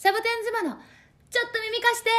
サボテン妻のちょっと耳貸して。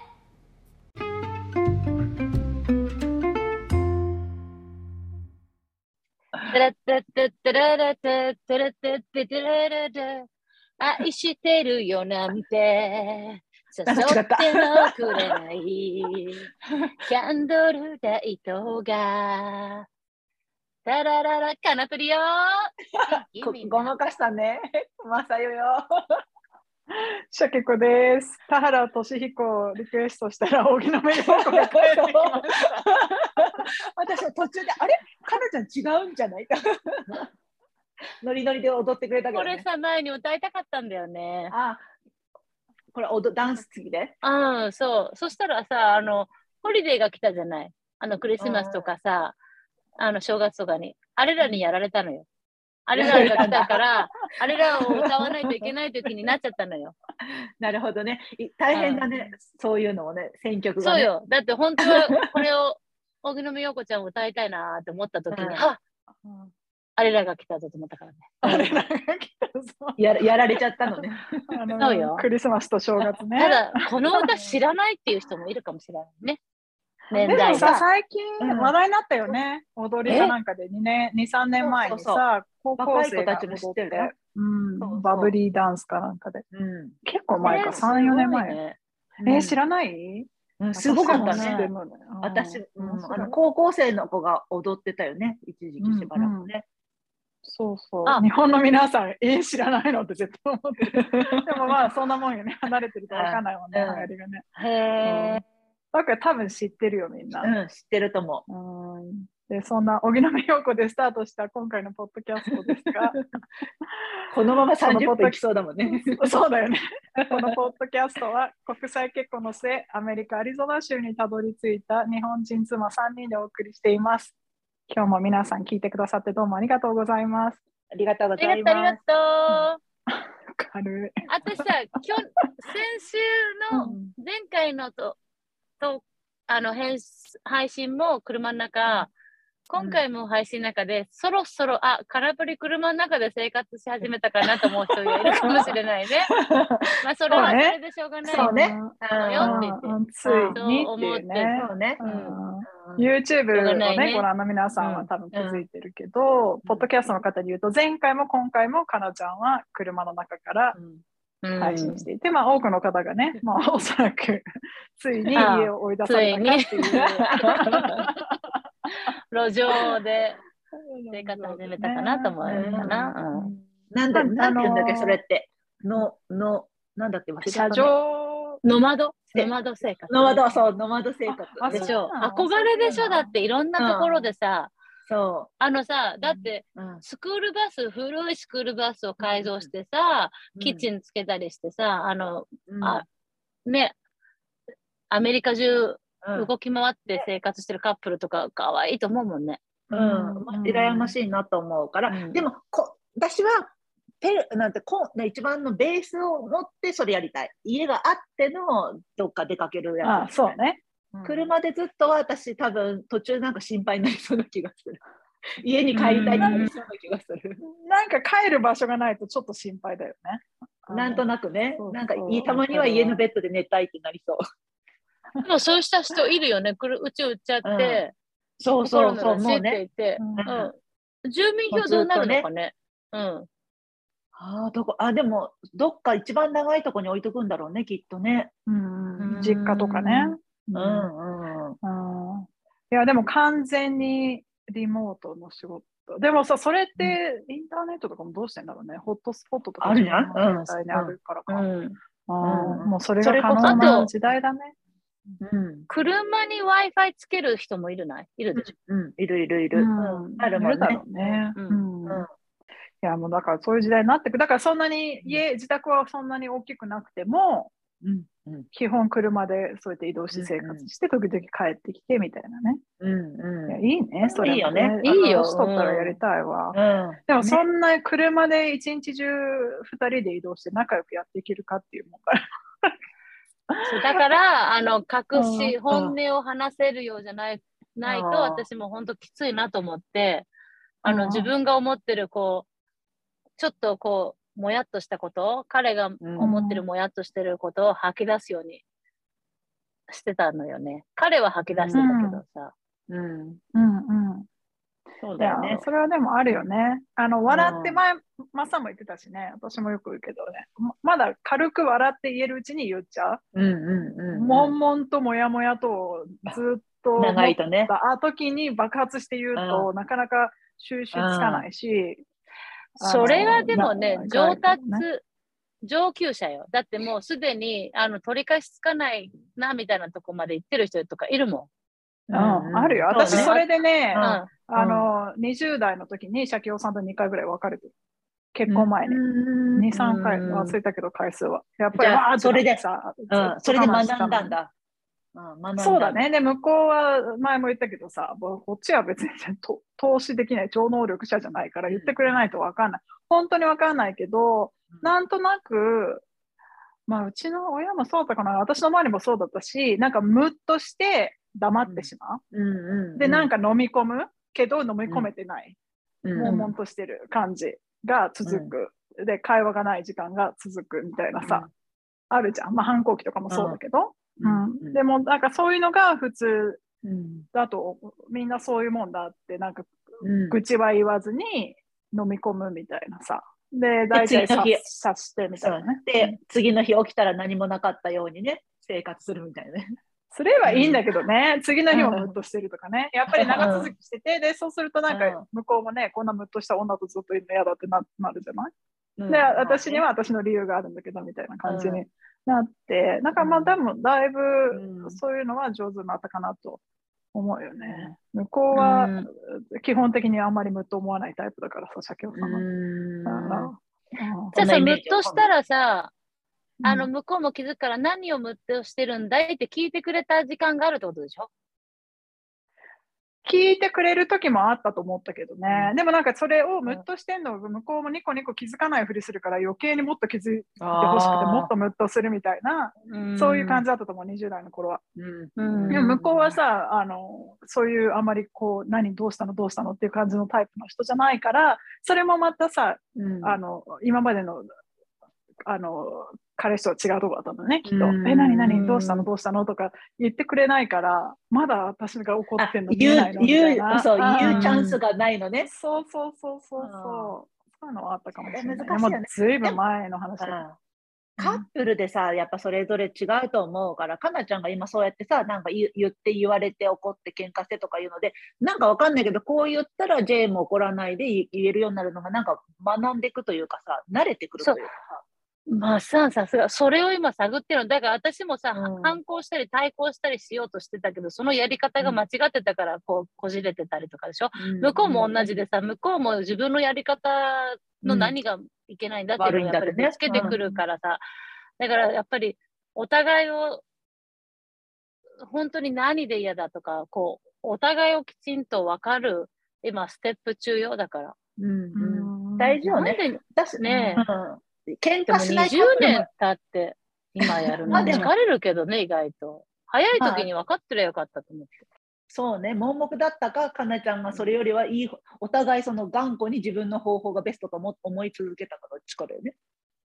タラッタッタッタララタッタラッタッタッタララタ、愛してるよなんて誘ってもくれないキャンドルライトがタラララカナプリよ。 ごまかしたね。まさよよ。シャケ子です。田原俊彦リクエストしたら荻野目洋子が帰ってきました。 私は途中であれかなちゃん違うんじゃないノリノリで踊ってくれたけど、ね、 これさ前に歌いたかったんだよね。 あ、これダンス付きで。 うん、そう。そしたらさ、ホリデーが来たじゃない。クリスマスとかさ、正月とかに。あれらにやられたのよ。あれらが来たから、あれらを歌わないといけない時になっちゃったのよ。 なるほどね。大変だね。そういうのをね、選曲が、ね。 そうよ。だって本当はこれを荻野目洋子ちゃんを歌いたいなって思った時に、はっ、あれらが来たぞと思ったからね。 あれらが来たぞ。 やられちゃったのね。 そうよ。 クリスマスと正月ね。 ただ、この歌知らないっていう人もいるかもしれないね。 でもさ、最近話題になったよね。踊りかなんかで2、3年前にさ、高校生が踊って、バブリーダンスかなんかで。結構前か、3、4年前。知らない？ すごかったね。私、高校生の子が踊ってたよね、一時期しばらくね。 そうそう。日本の皆さん、知らないのって絶対思ってる。でもまあ、そんなもんよね。離れてると分かんないもんね、流行りがね。 へー。 だから多分知ってるよ、みんな。 知ってると思う。で、そんな荻野目洋子でスタートした今回のポッドキャストですが、 このまま30分いきそうだもんね。 そうだよね。このポッドキャストは国際結婚の末、アメリカ・アリゾナ州にたどり着いた日本人妻3人でお送りしています。今日も皆さん聞いてくださってどうもありがとうございます。 ありがとうございます。 ありがとう。 軽い。 私さ、先週の前回の配信も車の中、今回も配信の中で、そろそろ、空振り車の中で生活し始めたかなと思う人がいるかもしれないね。まあ、それはそれでしょうがない。 そうね。 よって言って。 ついにっていうね。 そうね。 YouTube をね、ご覧の皆さんは多分気づいてるけど、ポッドキャストの方に言うと、前回も今回もかなちゃんは車の中から配信していて、まあ多くの方がね、まあおそらくついに家を追い出されたかっていう。 路上で生活始めたかなと思うかな。 なんて言うんだっけ、それって。なんだっけ、 車上ノマド生活。 ノマド生活。 でしょ。憧れでしょ。だっていろんなところでさ、 そう。 だって、古いスクールバスを改造してさ、キッチンつけたりしてさ、ね、アメリカ中動き回って生活してるカップルとか可愛いと思うもんね。 羨ましいなと思うから、でも私は一番のベースを持ってそれやりたい。家があってのどっか出かけるやつ。 そうね。 車でずっとは私多分途中なんか心配になりそうな気がする。家に帰りたいなりそうな気がする。 なんか帰る場所がないとちょっと心配だよね。 なんとなくね。なんかたまには家のベッドで寝たいってなりそう。 でもそうした人いるよね。うち売っちゃって。 そうもうね。 住民票どうなるのかね。 でもどっか一番長いとこに置いとくんだろうね、きっとね。 実家とかね。いやでも完全にリモートの仕事。でもさ、それってインターネットとかもどうしてんだろうね。ホットスポットとかあるじゃん。 あるからか。もうそれが可能な時代だね。 車に Wi-Fi つける人もいるでしょ。 いる。 あるもんね。いやもうだからそういう時代になってく。だからそんなに自宅はそんなに大きくなくても、基本車でそうやって移動して生活して、時々帰ってきてみたいなね。いいね、それ。 いいよね。 いいよ。 年取ったらやりたいわ。でもそんな車で一日中2人で移動して仲良くやっていけるかっていうもんから。 だから本音を話せるようじゃないと私も本当きついなと思って、自分が思ってるちょっともやっとしたこと、彼が思ってるもやっとしてることを吐き出すようにしてたのよね。彼は吐き出してたけどさ。 そうだよね。 それはでもあるよね。笑ってマサも言ってたしね、私もよく言うけどね、まだ軽く笑って言えるうちに言っちゃう。悶々ともやもやとずっと長いとね。 時に爆発して言うと、なかなか収集つかないし。 それはでもね、上級者よ。だってもうすでに取り返しつかないなみたいなとこまで行ってる人とかいるもん。あるよ。私それでね、20代の時にシャキオさんと2回ぐらい別れてる。結婚前に。2、3回忘れたけど回数は。やっぱりそれでさ、それで学んだんだ。 そうだね。で、向こうは前も言ったけどさ、こっちは別に投資できない超能力者じゃないから言ってくれないと分かんない。本当に分かんないけど、なんとなく、うちの親もそうだったかな、私の周りもそうだったし、なんかムッとして黙ってしまう。で、なんか飲み込むけど飲み込めてない。悶々としてる感じが続く。で、会話がない時間が続くみたいなさ、あるじゃん。反抗期とかもそうだけど。でもなんかそういうのが普通だと、みんなそういうもんだってなんか愚痴は言わずに飲み込むみたいなさ。で大体察してみたいなね。 で次の日起きたら何もなかったようにね生活するみたいなね。 それはいいんだけどね、次の日もムッとしてるとかね、やっぱり長続きしてて、でそうするとなんか向こうもね、こんなムッとした女とずっといるの嫌だってなるじゃない。で私には私の理由があるんだけどみたいな感じになって、なんかでもだいぶそういうのは上手になったかなと思うよね。向こうは基本的にあんまりムッと思わないタイプだからさ、シャケオさんは。 じゃあさ、ムッとしたらさ、向こうも気づくから何をムッとしてるんだいって聞いてくれた時間があるってことでしょ？ 聞いてくれる時もあったと思ったけどね。でもなんかそれをムッとしてんのを向こうもニコニコ気づかないふりするから余計にもっと気づいてほしくてもっとムッとするみたいな、そういう感じだったと思う、20代の頃は。でも向こうはさ、そういうあまりこうどうしたのっていう感じのタイプの人じゃないから、それもまたさ、今までの彼氏とは違うところだったのね、きっと。何どうしたのとか言ってくれないから、まだ私が怒ってんの見えないのみたいな。 言うチャンスがないのね。 そういうのはあったかもしれない。難しいよね。ずいぶん前の話だ。 カップルでさ、やっぱそれぞれ違うと思うから、かなちゃんが今そうやってさ、なんか言って言われて怒って喧嘩してとか言うので、なんかわかんないけど、こう言ったら J も怒らないで言えるようになるのが、なんか学んでいくというかさ、慣れてくるというかさ。 さすが、それを今探ってるの。だから私もさ、反抗したり対抗したりしようとしてたけど、そのやり方が間違ってたから、こじれてたりとかでしょ。向こうも同じでさ、向こうも自分のやり方の何がいけないんだっていうのをやっぱりぶつけてくるからさ。だからやっぱりお互いを本当に何で嫌だとか、お互いをきちんと分かる今ステップ中よだから。 大事よね。 ね喧嘩しない 20年経って今やるの疲れるけどね、意外と。早い時に分かってりゃよかったと思って。 そうね、盲目だったか、かなちゃんがそれよりはいい、お互いその頑固に自分の方法がベストと思い続けたかどっちかだよね。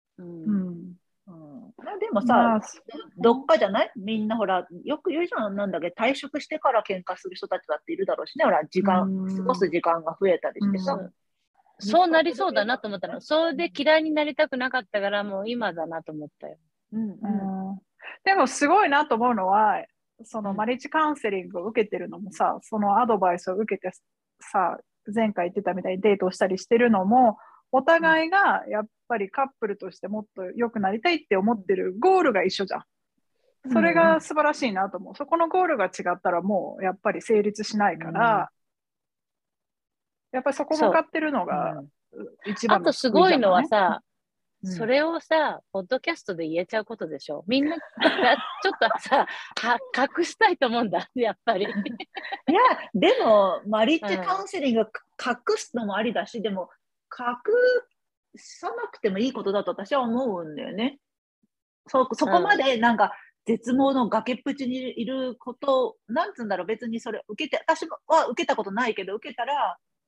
でもさ、どっかじゃない？みんなほら、よく言うじゃん、なんだっけ、退職してから喧嘩する人たちだっているだろうしね、ほら、過ごす時間が増えたりしてさ。 そうなりそうだなと思ったの。それで嫌いになりたくなかったから、もう今だなと思ったよ。 でもすごいなと思うのは、そのマリッジカウンセリングを受けてるのもさ、そのアドバイスを受けてさ、前回言ってたみたいにデートをしたりしてるのも、お互いがやっぱりカップルとしてもっと良くなりたいって思ってるゴールが一緒じゃん。それが素晴らしいなと思う。そこのゴールが違ったらもうやっぱり成立しないから、やっぱりそこ向かってるのが一番の、 あとすごいのはさ、それをさ、ポッドキャストで言えちゃうことでしょ。みんな、ちょっとさ、隠したいと思うんだ、やっぱり。いや、 でも、マリッジカウンセリング隠すのもありだし、でも、隠さなくてもいいことだと私は思うんだよね。そこまでなんか、絶望の崖っぷちにいること、なんつうんだろう、別にそれ私は受けたことないけど、受けたら、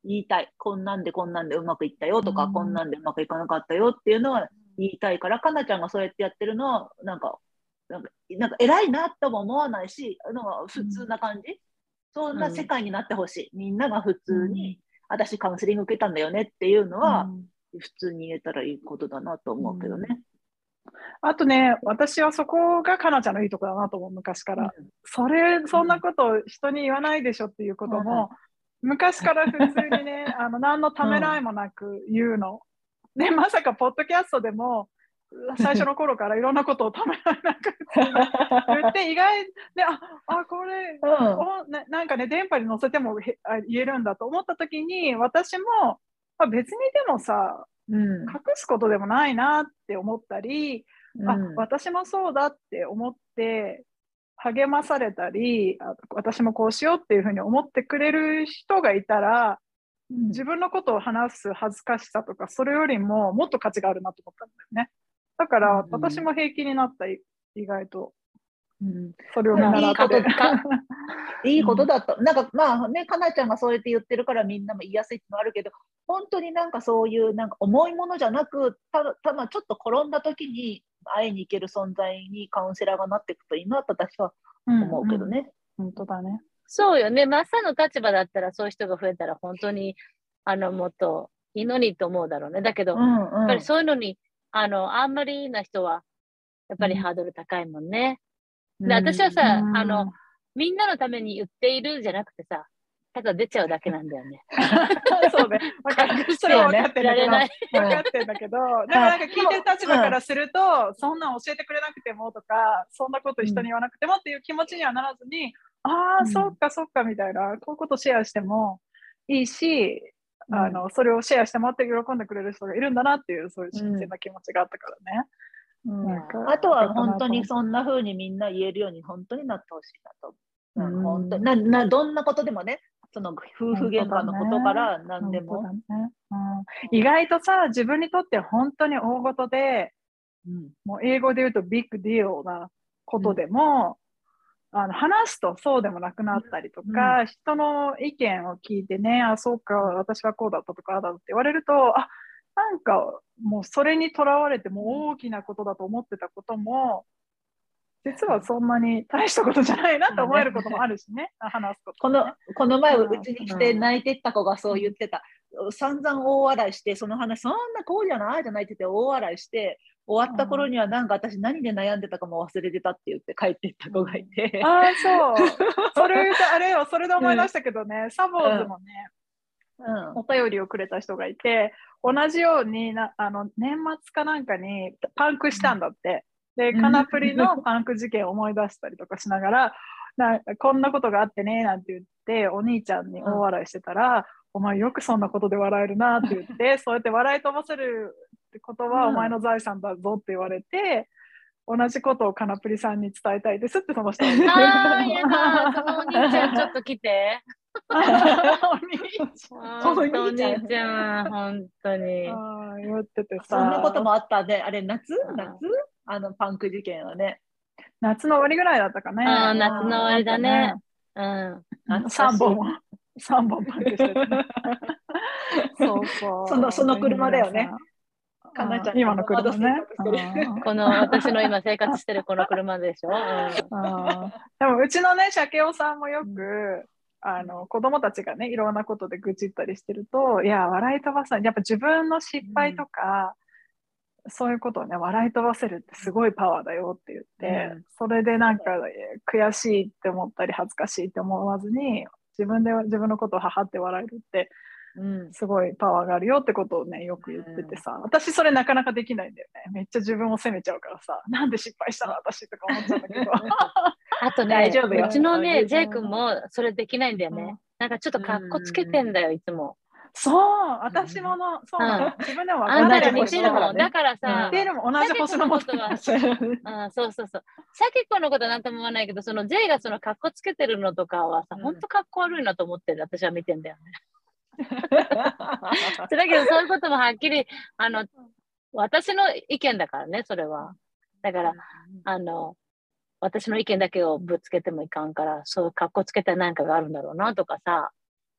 言いたい。こんなんでうまくいったよとか、こんなんでうまくいかなかったよっていうのは言いたいから、かなちゃんがそうやってやってるのは、なんか偉いなとも思わないし、なんか普通な感じ、そんな世界になってほしい。みんなが普通に、私カウンセリング受けたんだよねっていうのは、普通に言えたらいいことだなと思うけどね。 あとね、私はそこがかなちゃんのいいとこだなと思う、昔から。そんなことを人に言わないでしょっていうことも、昔から普通にね、何のためらいもなく言うの。で、まさかポッドキャストでも、最初の頃からいろんなことをためらいなく言って、意外で、これ、なんかね、電波に乗せても言えるんだと思った時に、私も、別にでもさ、隠すことでもないなって思ったり、私もそうだって思って励まされたり、私もこうしようっていうふうに思ってくれる人がいたら、自分のことを話す恥ずかしさとか、それよりももっと価値があるなと思ったんだよね。だから、私も平気になった、意外と。それを見習って。 いいことだった。なんかまあね、かなちゃんがそうやって言ってるからみんなも言いやすいってのあるけど、本当になんかそういうなんか重いものじゃなく、ただちょっと転んだ時に会いに行ける存在にカウンセラーがなっていくといいなと私は思うけどね。 本当だね。 そうよね。マッサの立場だったらそういう人が増えたら本当にもっといいのにと思うだろうね。だけど、やっぱりそういうのにあんまりな人はやっぱりハードル高いもんね。で、私はさ、みんなのために言っているじゃなくてさ、ただ出ちゃうだけなんだよね。 そうね。それは分かってんだけど、でもなんか聞いてる立場からすると、そんなん教えてくれなくてもとか、そんなこと人に言わなくてもっていう気持ちにはならずに、そっかそっかみたいな、こういうことシェアしてもいいし、それをシェアしてもらって喜んでくれる人がいるんだなっていう、そういう新鮮な気持ちがあったからね。 あとは本当にそんな風にみんな言えるように本当になってほしいなと思う。本当にどんなことでもね、その夫婦喧嘩のことから何でも。 意外とさ、自分にとって本当に大事で、もう英語で言うとビッグディールなことでも、話すとそうでもなくなったりとか、人の意見を聞いてね、そうか、私はこうだったとか、だって言われると、なんかもうそれにとらわれても大きなことだと思ってたことも、実はそんなに大したことじゃないなと思えることもあるしね、話すこと、ね。 この前うちに来て泣いてった子がそう言ってた。散々大笑いして、その話、そんなこうじゃないじゃないって言って大笑いして、終わった頃にはなんか私何で悩んでたかも忘れてたって言って帰っていった子がいて。 そう。それ言うとあれよ、それで思い出したけどね、サボーズもね、お便りをくれた人がいて、同じように年末かなんかにパンクしたんだって。で、カナプリのパンク事件を思い出したりとかしながら、こんなことがあってね、なんて言って、お兄ちゃんに大笑いしてたら、お前よくそんなことで笑えるなって言って、そうやって笑い飛ばせるってことはお前の財産だぞって言われて、同じことをカナプリさんに伝えたいですってその人は言ってそのお兄ちゃんちょっと来て。 お兄ちゃん、本当に。 言っててさ。 そんなこともあったね。あれ、夏パンク事件はね。 夏の終わりぐらいだったかね。 夏の終わりだね。 3本パンクしてた。 その車だよね。 今の車ね。 私の今生活してるこの車でしょ。 でもうちのね、シャケオさんもよく、子供たちがね、いろんなことで愚痴ったりしてると、いや、笑い飛ばさない。やっぱ自分の失敗とか、そういうことをね、笑い飛ばせるってすごいパワーだよって言って、それでなんか悔しいって思ったり恥ずかしいって思わずに、自分のことをははって笑えるって、すごいパワーがあるよってことをね、よく言っててさ、私それなかなかできないんだよね。めっちゃ自分を責めちゃうからさ、なんで失敗したの私とか思っちゃうんだけど。 あとね、うちのね、ジェイ君もそれできないんだよね。なんかちょっとカッコつけてんだよ、いつも。 そう、私もそうなの。自分でも分かんないけど。似てるもん。だからさ、 似てるもん、同じ星のことは。 そう。さきこのことは何とも言わないけど、その J がそのカッコつけてるのとかはさ、本当カッコ悪いなと思ってる。私は見てんだよね。だけどそういうこともはっきり私の意見だからね、それは。だから私の意見だけをぶつけてもいかんから、そういう格好つけた何かがあるんだろうなとかさ、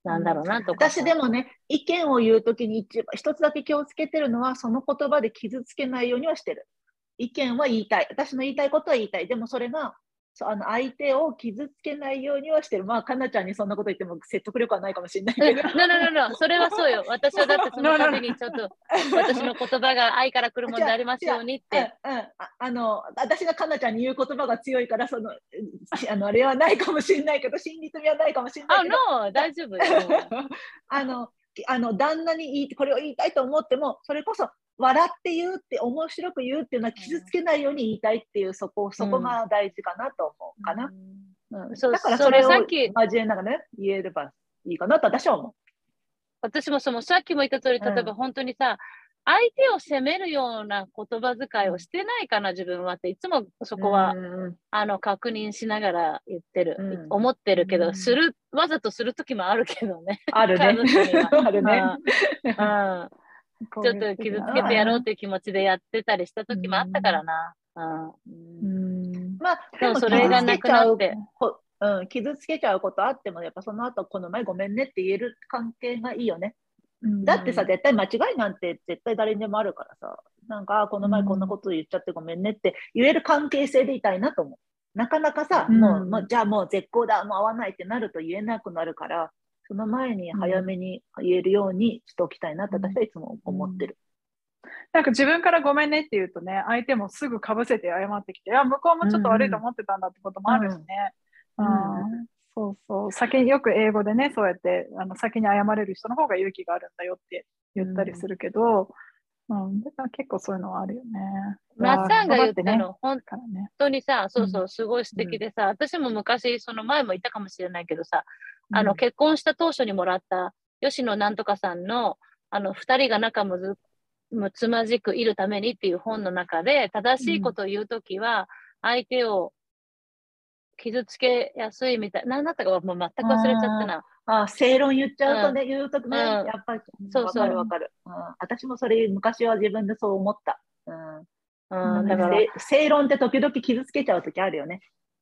なんだろうなとか。 私でもね、意見を言うときに一つだけ気をつけてるのは、その言葉で傷つけないようにはしてる。意見は言いたい。私の言いたいことは言いたい。でもそれが、相手を傷つけないようにはしてる。まあ、かなちゃんにそんなこと言っても説得力はないかもしれないけど。 それはそうよ。私はだってその度にちょっと私の言葉が愛から来るものでありますようにって。 私がかなちゃんに言う言葉が強いから、あれはないかもしれないけど、真理とはないかもしれないけど。 大丈夫よ。 旦那にこれを言いたいと思っても、それこそ笑って言うって面白く言うっていうのは傷つけないように言いたいっていう、そこが大事かなと思うかな。だからそれを交えながらね、言えればいいかなと私は思う。 私もさっきも言った通り、例えば本当にさ、相手を責めるような言葉遣いをしてないかな、自分はって、いつもそこは、確認しながら言ってる、思ってるけど、わざとするときもあるけどね。 あるね。あるね。 ちょっと傷つけてやろうという気持ちでやってたりしたときもあったからな。 まあ、でもそれがなくなって。 傷つけちゃうことあっても、やっぱその後、この前ごめんねって言える関係がいいよね。だってさ、絶対間違いなんて絶対誰にでもあるからさ、なんか、この前こんなこと言っちゃってごめんねって言える関係性でいたいなと思う。なかなかさ、じゃあもう絶好だ、もう会わないってなると言えなくなるから、その前に早めに言えるようにしておきたいなって私はいつも思ってる。 なんか自分からごめんねって言うとね、相手もすぐかぶせて謝ってきて、向こうもちょっと悪いと思ってたんだってこともあるしね。そうそう。先によく英語でね、そうやって先に謝れる人の方が勇気があるんだよって言ったりするけど、だから結構そういうのはあるよね。 マッサンが言ったの、本当にさ、すごい素敵でさ、私も昔、その前も言ったかもしれないけどさ、結婚した当初にもらった吉野なんとかさんの、二人が仲むつまじくいるためにっていう本の中で、正しいことを言うときは、相手を傷つけやすいみたいな、何だったかもう全く忘れちゃったな。 正論言っちゃうとね、言うとね、やっぱりわかる。私もそれ昔は自分でそう思った。だから正論って時々傷つけちゃうときあるよね。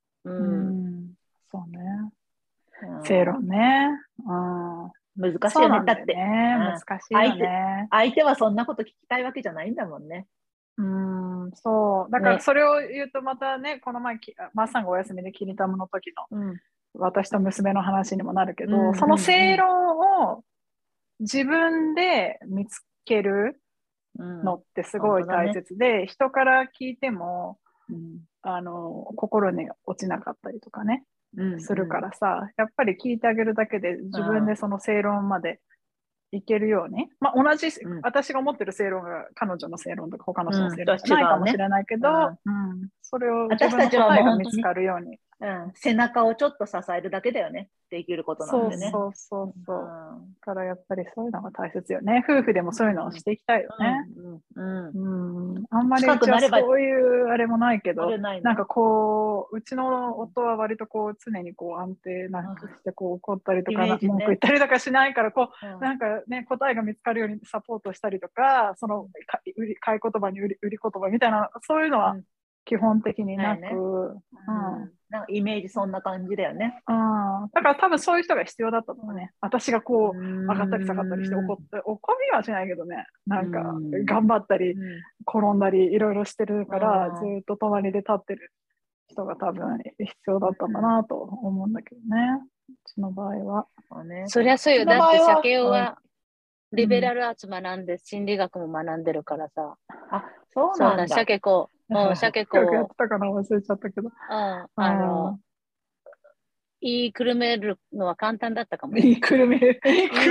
そうね。正論ね。 難しいよね。だって。 難しいよね。 相手はそんなこと聞きたいわけじゃないんだもんね。 そう。だからそれを言うとまたね、この前、マッサンがお休みでキリタムの時の、私と娘の話にもなるけど、その正論を自分で見つけるのってすごい大切で、人から聞いても、心に落ちなかったりとかね、するからさ、やっぱり聞いてあげるだけで自分でその正論までいけるように、同じ、私が思ってる正論が彼女の正論とか他の人の正論じゃないかもしれないけど、それを自分の答えが見つかるように。 背中をちょっと支えるだけだよね。できることなんでね。 そう。だからやっぱりそういうのが大切よね。夫婦でもそういうのをしていきたいよね。あんまりうちはそういうあれもないけど、なんかこう、うちの夫は割とこう常にこう安定なんかしてこう怒ったりとか、文句言ったりとかしないから、こう、なんかね、答えが見つかるようにサポートしたりとか、その買い言葉に売り言葉みたいな、そういうのは基本的になく、 なんかイメージそんな感じだよね。 だから多分そういう人が必要だったのね。私がこう上がったり下がったりして怒りはしないけどね、なんか頑張ったり転んだりいろいろしてるから、ずっと隣で立ってる人が多分必要だったんだなと思うんだけどね、うちの場合は。 そりゃそうよ。だって鮭雄はリベラルアーツ学んで心理学も学んでるからさ。 そうなんだ。 鮭子鮭子やってたかな、忘れちゃったけど。 言いくるめるのは簡単だったかも。 言いくるめる。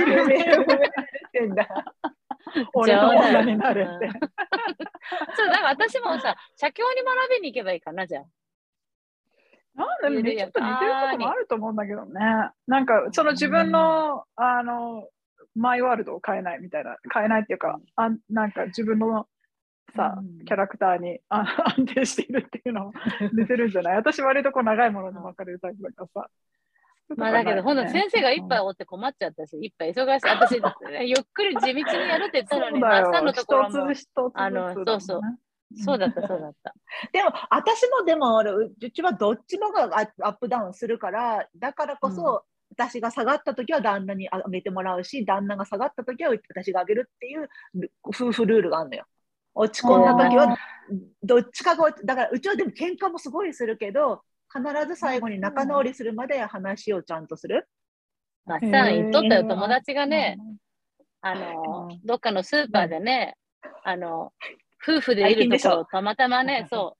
俺の女になるって。 そう、だから私もさ、写経に学びに行けばいいかな、じゃあ。 なんでちょっと似てることもあると思うんだけどね。なんか、その自分の、マイワールドを変えないみたいな、変えないっていうか、なんか自分のさ、キャラクターに安定しているっていうのを出てるんじゃない？私割とこう長いものに分かれるタイプだからさ。 だけど、ほんと先生がいっぱいおって困っちゃったし、いっぱい忙しい。私、ゆっくり地道にやるって言ったのに、マッサンのところも。そうだった。 でも、私もうちはどっちもがアップダウンするから、だからこそ、 私が下がった時は旦那にあげてもらうし、旦那が下がった時は私があげるっていう夫婦ルールがあるのよ。落ち込んだ時はどっちかが、だからうちはでも喧嘩もすごいするけど、必ず最後に仲直りするまで話をちゃんとする。 まあさ、言っとったよ、友達がね、どっかのスーパーでね、夫婦でいるところをたまたまね、そう、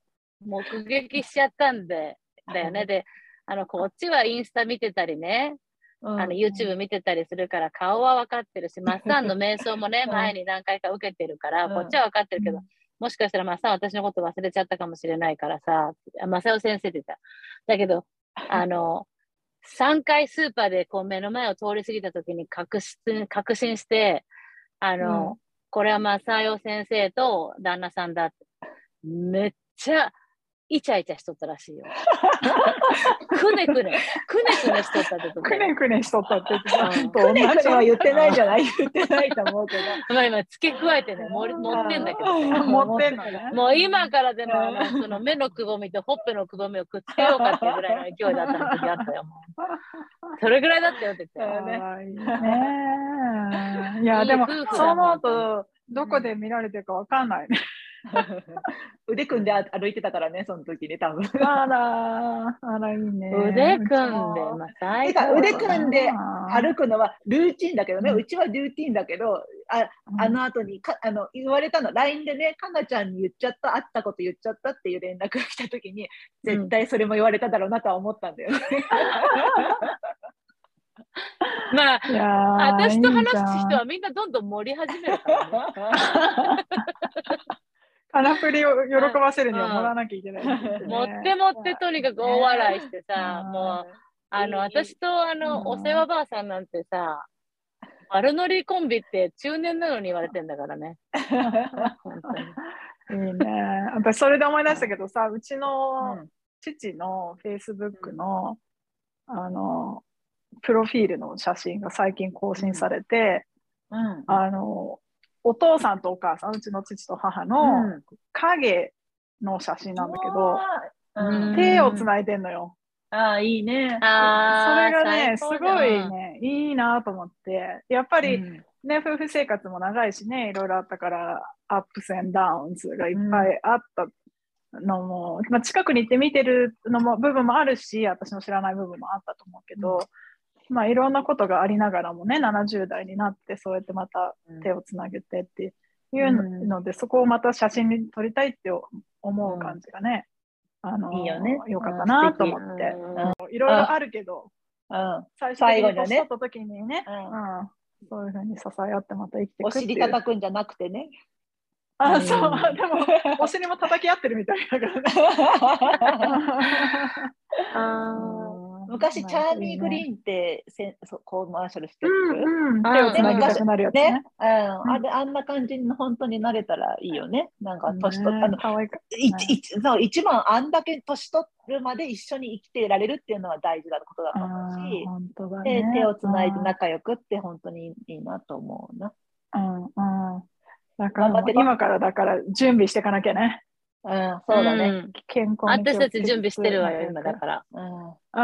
目撃しちゃったんで、だよね。で、こっちはインスタ見てたりね、YouTube 見てたりするから顔は分かってるし、マッサンの瞑想もね、前に何回か受けてるから、こっちは分かってるけど、もしかしたらマッサン私のこと忘れちゃったかもしれないからさ、マサオ先生って言った。だけど、3回スーパーでこう目の前を通り過ぎた時に確信して、これはマサオ先生と旦那さんだって。めっちゃイチャイチャしとったらしいよ。くねくねしとったってこと。 くねくねしとったって言ってた。 くねくねは言ってないじゃない言ってないと思うけど。 まあ今付け加えてね、持ってんだけど。 持ってんのね。 もう今からでもその目のくぼみとほっぺのくぼみをくっつけようかっていうぐらいの勢いだった時あったよ。もうそれぐらいだったよって言ってたよね。いや、でも、そう思うと、どこで見られてるかわかんないね。 腕組んで歩いてたからね、その時に多分。 あら、いいね。 腕組んで、まあ、最高。 腕組んで歩くのはルーチンだけどね、うちはルーティンだけど、あの後に言われたの、LINE でね、かなちゃんに言っちゃった、会ったこと言っちゃったっていう連絡が来た時に、絶対それも言われただろうなとは思ったんだよね。 まあ、私と話す人はみんなどんどん盛り始めるからね。 カナプリを喜ばせるには盛らなきゃいけない、 持ってとにかく大笑いしてさ、もう私とお世話ばあさんなんてさ、悪ノリコンビって中年なのに言われてんだからね。本当にいいね。私それで思い出したけどさ、うちの父のフェイスブックのプロフィールの写真が最近更新されて、お父さんとお母さん、うちの父と母の影の写真なんだけど、手をつないでんのよ。 いいね。 それがね、すごいね、いいなと思って、やっぱりね、夫婦生活も長いしね、いろいろあったから、アップス&ダウンズがいっぱいあったのも、近くに行って見てるのも部分もあるし、私の知らない部分もあったと思うけど、いろんなことがありながらもね、70代になってそうやってまた手をつなげてっていうので、そこをまた写真に撮りたいって思う感じがね、 いいよね。 よかったなと思って、いろいろあるけど、最後に年取った時にね、そういうふうに支え合ってまた生きていくっていう。 お尻叩くんじゃなくてね。 そう、でもお尻も叩き合ってるみたいだからね。 昔、チャーミーグリーンってコマーシャルしてる。 手をつなぎたくなるやつね。 あんな感じに本当になれたらいいよね。なんか年取った一番あんだけ年取るまで一緒に生きていられるっていうのは大事なことだと思うし、で手をつないで仲良くって本当にいいなと思うな。 だから今からだから準備していかなきゃね。 そうだね。 健康に私たち準備してるわよ、今だから。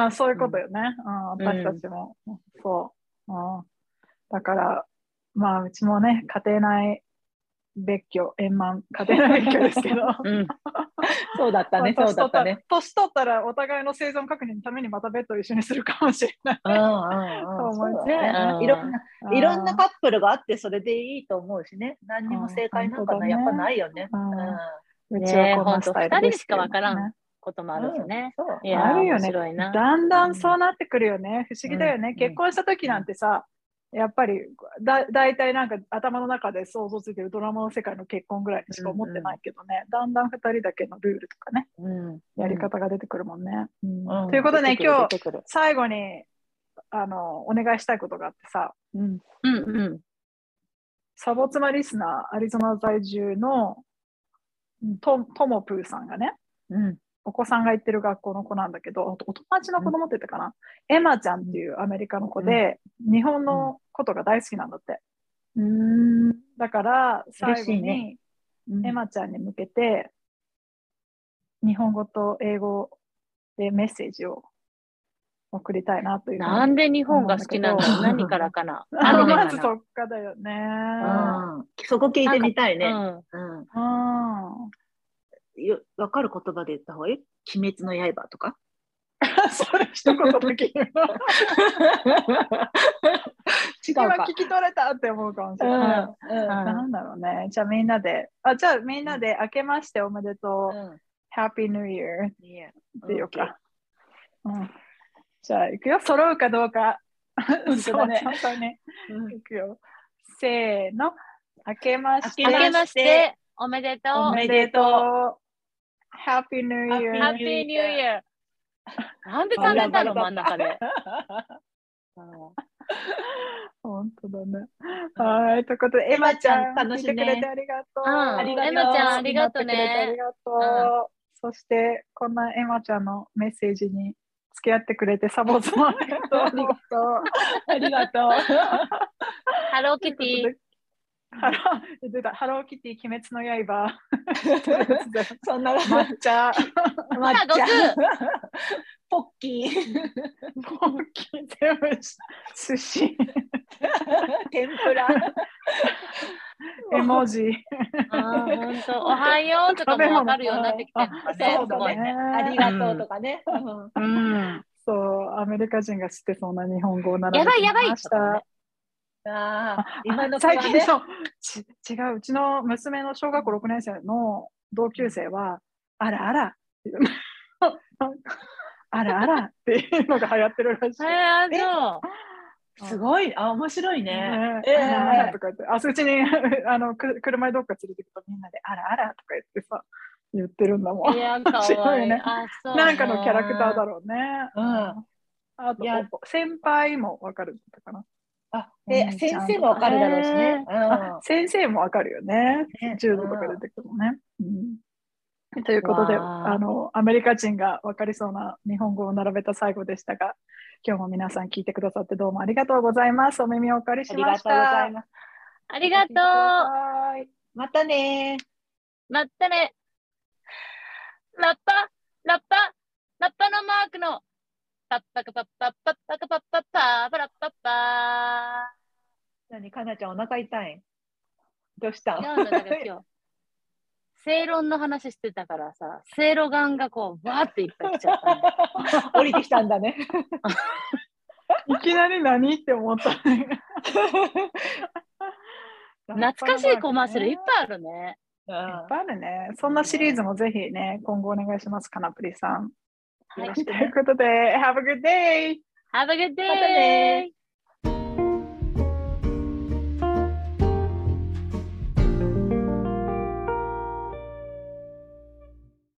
そういうことよね。私たちも。そう。だから、うちもね、家庭内別居、円満、家庭内別居ですけど。 そうだったね、そうだったね。 年取ったらお互いの生存確認のためにまたベッドを一緒にするかもしれない。 いろんなカップルがあってそれでいいと思うしね。何にも正解なんかやっぱないよね。 うちはこんなスタイルです 2人しかわからんこともあるしね。 あるよね。だんだんそうなってくるよね。不思議だよね。結婚した時なんてさ、やっぱりだいたいなんか頭の中で想像ついてるドラマの世界の結婚ぐらいにしか思ってないけどね、だんだん2人だけのルールとかね、やり方が出てくるもんね。ということでね、今日最後にお願いしたいことがあってさ、サボ妻リスナーアリゾナ在住のともぷーさんがね、お子さんが行ってる学校の子なんだけど、お友達の子供って言ったかな、エマちゃんっていうアメリカの子で、日本のことが大好きなんだって。だから最後にエマちゃんに向けて日本語と英語でメッセージを送りたいなという。 なんで日本が好きなの？何からかな。 まずそっかだよね。 そこ聞いてみたいね。わかる言葉で言った方がいい？鬼滅の刃とかそれ一言できるの。違うか。今聞き取れたって思うかもしれない。なんだろうね。じゃあみんなで、明けましておめでとう。Happy New Year っていうか。じゃあ行くよ。揃うかどうか。そうだね。行くよ。せーの。明けましておめでとう。 おめでとう。Happy New Year。 Happy New Year。なんで食べたの真ん中で。 本当だね。はい。ということで、エマちゃん、 楽しんでくれてありがとう。 エマちゃん、ありがとうね。 ありがとう。そして、こんなエマちゃんのメッセージに付き合ってくれて、サボーズもありがとう。 ありがとう。 ハローキティ。 ハローキティ、鬼滅の刃。 そんな抹茶。 ポッキー。 全部寿司。 天ぷら。 絵文字。 本当。おはようとかもわかるようになってきてるのかね。 そうだね。ありがとうとかね。 そう、アメリカ人が知ってそうな日本語を習ってました。 やばい。 今の最近の違う、うちの娘の小学校6年生の同級生は、あらあら、あらあらっていうのが流行ってるらしい。 すごい、面白いね。 とか言って、うちに車でどっか連れてくとみんなで、あらあらとか言ってさ、言ってるんだもん。 かわいい。 なんかのキャラクターだろうね。あと、先輩もわかるかな。 先生もわかるだろうしね。 先生もわかるよね。柔道とか出てくるもんね。ということで、アメリカ人がわかりそうな日本語を並べた最後でしたが、今日も皆さん聞いてくださってどうもありがとうございます。お耳をお借りしました。 ありがとう。 またね。 またね。ラッパのマークのパッパカパッパッパッパカパッパッパーパラッパッパー。 何、かなちゃんお腹痛い？どうした今日正論の話してたからさ、正露丸がこうバーっていっぱい来ちゃった降りてきたんだね。 いきなり何って思ったね。 懐かしいコマーシャルいっぱいあるね。 いっぱいあるね。そんなシリーズもぜひね、今後お願いします、かなぷりさん。ということで、Have a good day! Have a good day! またね